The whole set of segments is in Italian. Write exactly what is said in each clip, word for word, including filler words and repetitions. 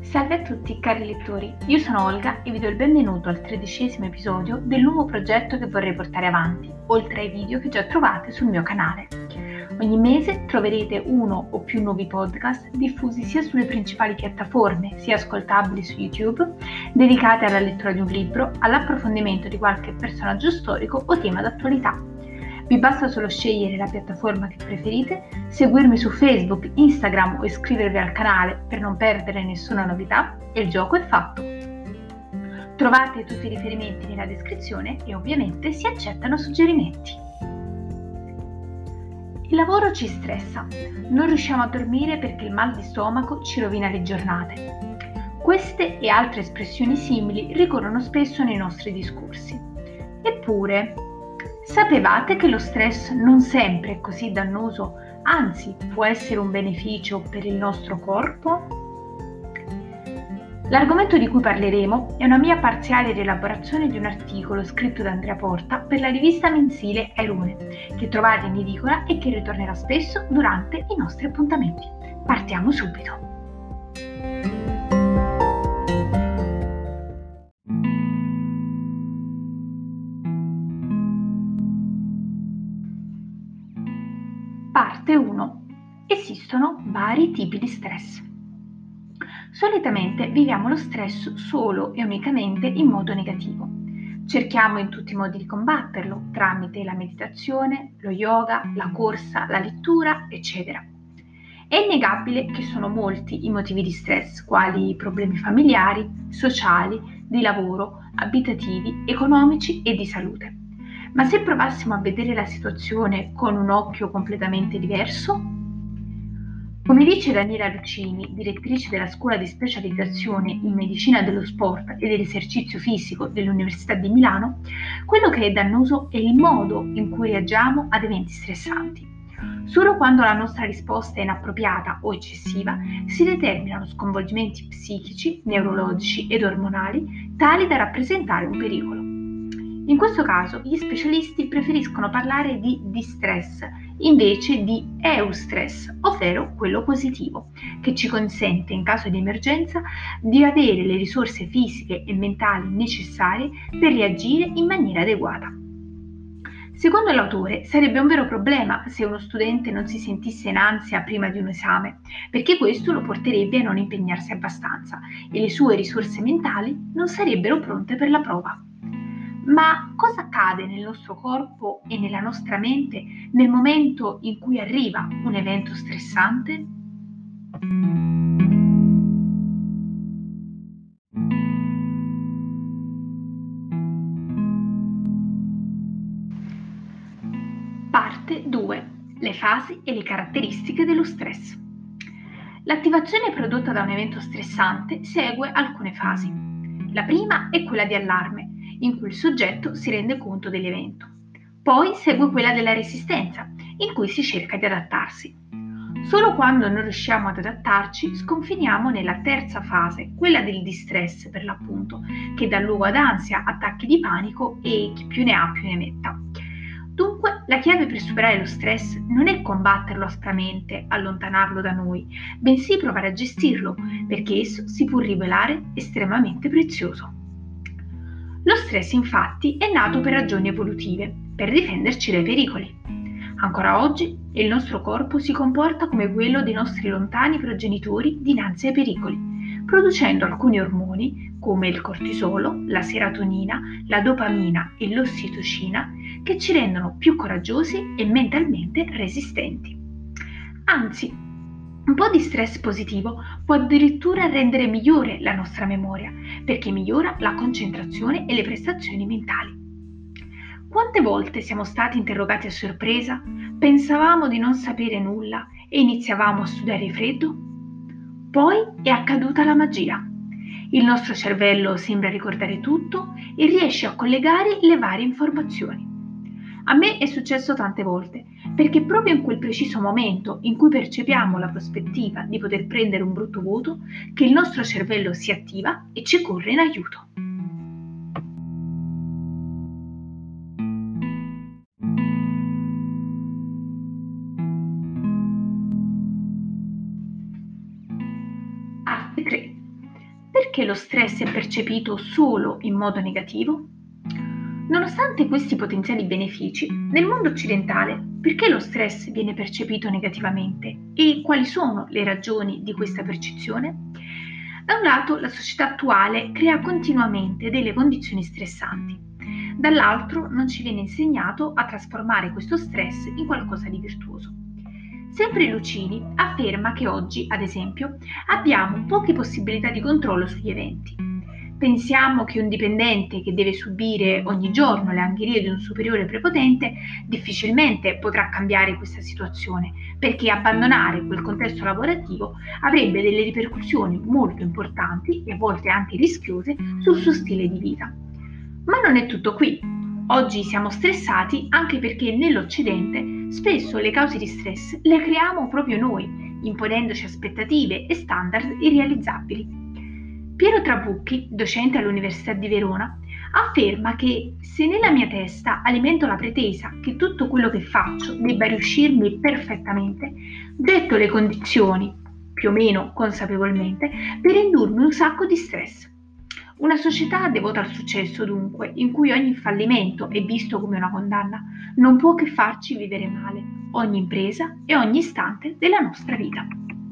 Salve a tutti cari lettori, io sono Olga e vi do il benvenuto al tredicesimo episodio del nuovo progetto che vorrei portare avanti, oltre ai video che già trovate sul mio canale. Ogni mese troverete uno o più nuovi podcast diffusi sia sulle principali piattaforme, sia ascoltabili su YouTube, dedicati alla lettura di un libro, all'approfondimento di qualche personaggio storico o tema d'attualità. Vi basta solo scegliere la piattaforma che preferite, seguirmi su Facebook, Instagram o iscrivervi al canale per non perdere nessuna novità e il gioco è fatto. Trovate tutti i riferimenti nella descrizione e ovviamente si accettano suggerimenti. Il lavoro ci stressa, non riusciamo a dormire perché il mal di stomaco ci rovina le giornate. Queste e altre espressioni simili ricorrono spesso nei nostri discorsi. Eppure, sapevate che lo stress non sempre è così dannoso, anzi può essere un beneficio per il nostro corpo? L'argomento di cui parleremo è una mia parziale rielaborazione di un articolo scritto da Andrea Porta per la rivista mensile Airone, che trovate in edicola e che ritornerà spesso durante i nostri appuntamenti. Partiamo subito! Parte uno. Esistono vari tipi di stress. Solitamente viviamo lo stress solo e unicamente in modo negativo. Cerchiamo in tutti i modi di combatterlo, tramite la meditazione, lo yoga, la corsa, la lettura, eccetera. È innegabile che sono molti i motivi di stress, quali problemi familiari, sociali, di lavoro, abitativi, economici e di salute. Ma se provassimo a vedere la situazione con un occhio completamente diverso? Come dice Daniela Lucini, direttrice della scuola di specializzazione in medicina dello sport e dell'esercizio fisico dell'Università di Milano, quello che è dannoso è il modo in cui reagiamo ad eventi stressanti. Solo quando la nostra risposta è inappropriata o eccessiva si determinano sconvolgimenti psichici, neurologici ed ormonali tali da rappresentare un pericolo. In questo caso gli specialisti preferiscono parlare di distress invece di eustress, ovvero quello positivo, che ci consente in caso di emergenza di avere le risorse fisiche e mentali necessarie per reagire in maniera adeguata. Secondo l'autore sarebbe un vero problema se uno studente non si sentisse in ansia prima di un esame, perché questo lo porterebbe a non impegnarsi abbastanza e le sue risorse mentali non sarebbero pronte per la prova. Ma cosa accade nel nostro corpo e nella nostra mente nel momento in cui arriva un evento stressante? Parte due. Le fasi e le caratteristiche dello stress. L'attivazione prodotta da un evento stressante segue alcune fasi. La prima è quella di allarme, in cui il soggetto si rende conto dell'evento. Poi segue quella della resistenza, in cui si cerca di adattarsi. Solo quando non riusciamo ad adattarci sconfiniamo nella terza fase, quella del distress per l'appunto, che dà luogo ad ansia, attacchi di panico e chi più ne ha più ne metta. Dunque, la chiave per superare lo stress non è combatterlo aspramente, allontanarlo da noi, bensì provare a gestirlo, perché esso si può rivelare estremamente prezioso. Lo stress infatti è nato per ragioni evolutive, per difenderci dai pericoli. Ancora oggi il nostro corpo si comporta come quello dei nostri lontani progenitori dinanzi ai pericoli, producendo alcuni ormoni come il cortisolo, la serotonina, la dopamina e l'ossitocina che ci rendono più coraggiosi e mentalmente resistenti. Anzi, un po' di stress positivo può addirittura rendere migliore la nostra memoria, perché migliora la concentrazione e le prestazioni mentali. Quante volte siamo stati interrogati a sorpresa, pensavamo di non sapere nulla e iniziavamo a studiare di freddo? Poi è accaduta la magia. Il nostro cervello sembra ricordare tutto e riesce a collegare le varie informazioni. A me è successo tante volte, perché proprio in quel preciso momento in cui percepiamo la prospettiva di poter prendere un brutto voto, che il nostro cervello si attiva e ci corre in aiuto. Parte tre. che lo stress è percepito solo in modo negativo? Nonostante questi potenziali benefici, nel mondo occidentale, perché lo stress viene percepito negativamente e quali sono le ragioni di questa percezione? Da un lato, la società attuale crea continuamente delle condizioni stressanti, dall'altro non ci viene insegnato a trasformare questo stress in qualcosa di virtuoso. Sempre Lucini afferma che oggi, ad esempio, abbiamo poche possibilità di controllo sugli eventi. Pensiamo che un dipendente che deve subire ogni giorno le angherie di un superiore prepotente difficilmente potrà cambiare questa situazione, perché abbandonare quel contesto lavorativo avrebbe delle ripercussioni molto importanti e a volte anche rischiose sul suo stile di vita. Ma non è tutto qui. Oggi siamo stressati anche perché nell'Occidente spesso le cause di stress le creiamo proprio noi, imponendoci aspettative e standard irrealizzabili. Piero Trabucchi, docente all'Università di Verona, afferma che se nella mia testa alimento la pretesa che tutto quello che faccio debba riuscirmi perfettamente, getto le condizioni, più o meno consapevolmente, per indurmi un sacco di stress. Una società devota al successo, dunque, in cui ogni fallimento è visto come una condanna, non può che farci vivere male ogni impresa e ogni istante della nostra vita.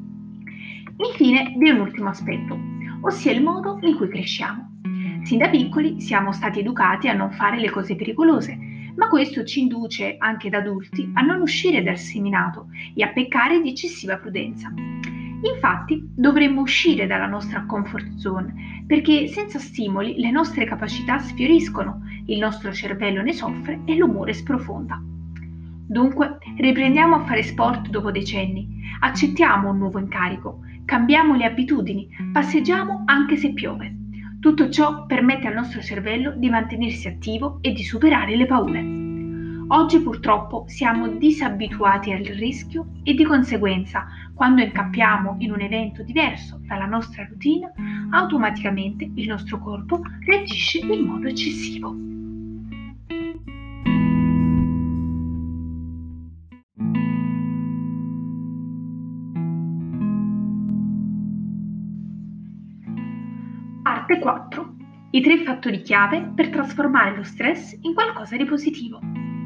Infine, vi è un ultimo aspetto, ossia il modo in cui cresciamo. Sin da piccoli siamo stati educati a non fare le cose pericolose, ma questo ci induce, anche da adulti, a non uscire dal seminato e a peccare di eccessiva prudenza. Infatti, dovremmo uscire dalla nostra comfort zone, perché senza stimoli le nostre capacità sfioriscono, il nostro cervello ne soffre e l'umore sprofonda. Dunque, riprendiamo a fare sport dopo decenni, accettiamo un nuovo incarico, cambiamo le abitudini, passeggiamo anche se piove. Tutto ciò permette al nostro cervello di mantenersi attivo e di superare le paure. Oggi purtroppo siamo disabituati al rischio e di conseguenza, quando incappiamo in un evento diverso dalla nostra routine, automaticamente il nostro corpo reagisce in modo eccessivo. Parte quattro. I tre fattori chiave per trasformare lo stress in qualcosa di positivo.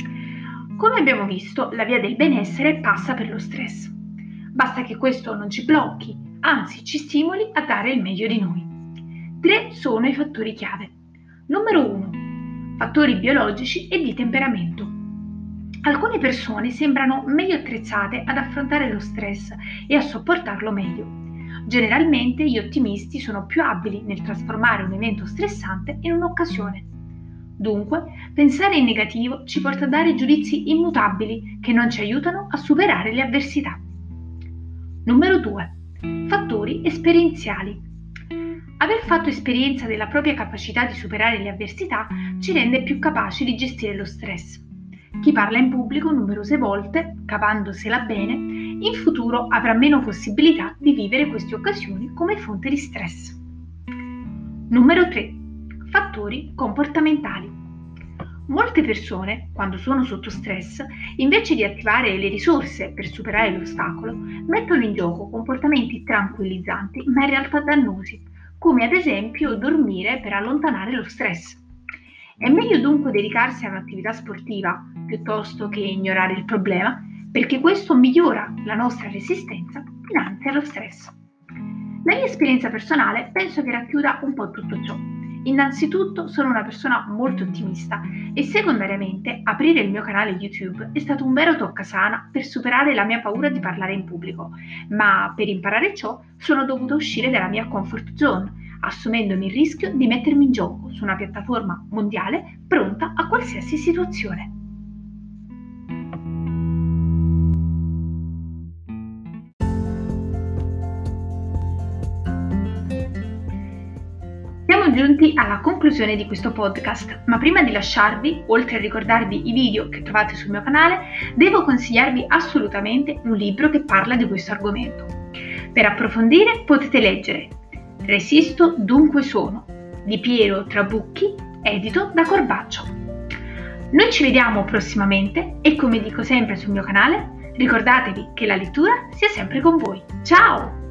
Come abbiamo visto, la via del benessere passa per lo stress. Basta che questo non ci blocchi, anzi ci stimoli a dare il meglio di noi. Tre sono i fattori chiave. Numero uno. Fattori biologici e di temperamento. Alcune persone sembrano meglio attrezzate ad affrontare lo stress e a sopportarlo meglio. Generalmente gli ottimisti sono più abili nel trasformare un evento stressante in un'occasione. Dunque, pensare in negativo ci porta a dare giudizi immutabili che non ci aiutano a superare le avversità. Numero due. Fattori esperienziali. Aver fatto esperienza della propria capacità di superare le avversità ci rende più capaci di gestire lo stress. Chi parla in pubblico numerose volte, cavandosela bene, in futuro avrà meno possibilità di vivere queste occasioni come fonte di stress. Numero tre. Fattori comportamentali. Molte persone, quando sono sotto stress, invece di attivare le risorse per superare l'ostacolo, mettono in gioco comportamenti tranquillizzanti ma in realtà dannosi, come ad esempio dormire per allontanare lo stress. È meglio dunque dedicarsi a un'attività sportiva piuttosto che ignorare il problema, perché questo migliora la nostra resistenza dinanzi allo stress. La mia esperienza personale penso che racchiuda un po' tutto ciò. Innanzitutto sono una persona molto ottimista e secondariamente aprire il mio canale YouTube è stato un vero toccasana per superare la mia paura di parlare in pubblico, ma per imparare ciò sono dovuta uscire dalla mia comfort zone, assumendomi il rischio di mettermi in gioco su una piattaforma mondiale pronta a qualsiasi situazione. Siamo giunti alla conclusione di questo podcast, ma prima di lasciarvi, oltre a ricordarvi i video che trovate sul mio canale, devo consigliarvi assolutamente un libro che parla di questo argomento. Per approfondire potete leggere Resisto dunque sono di Piero Trabucchi, edito da Corbaccio. Noi ci vediamo prossimamente e come dico sempre sul mio canale, ricordatevi che la lettura sia sempre con voi. Ciao!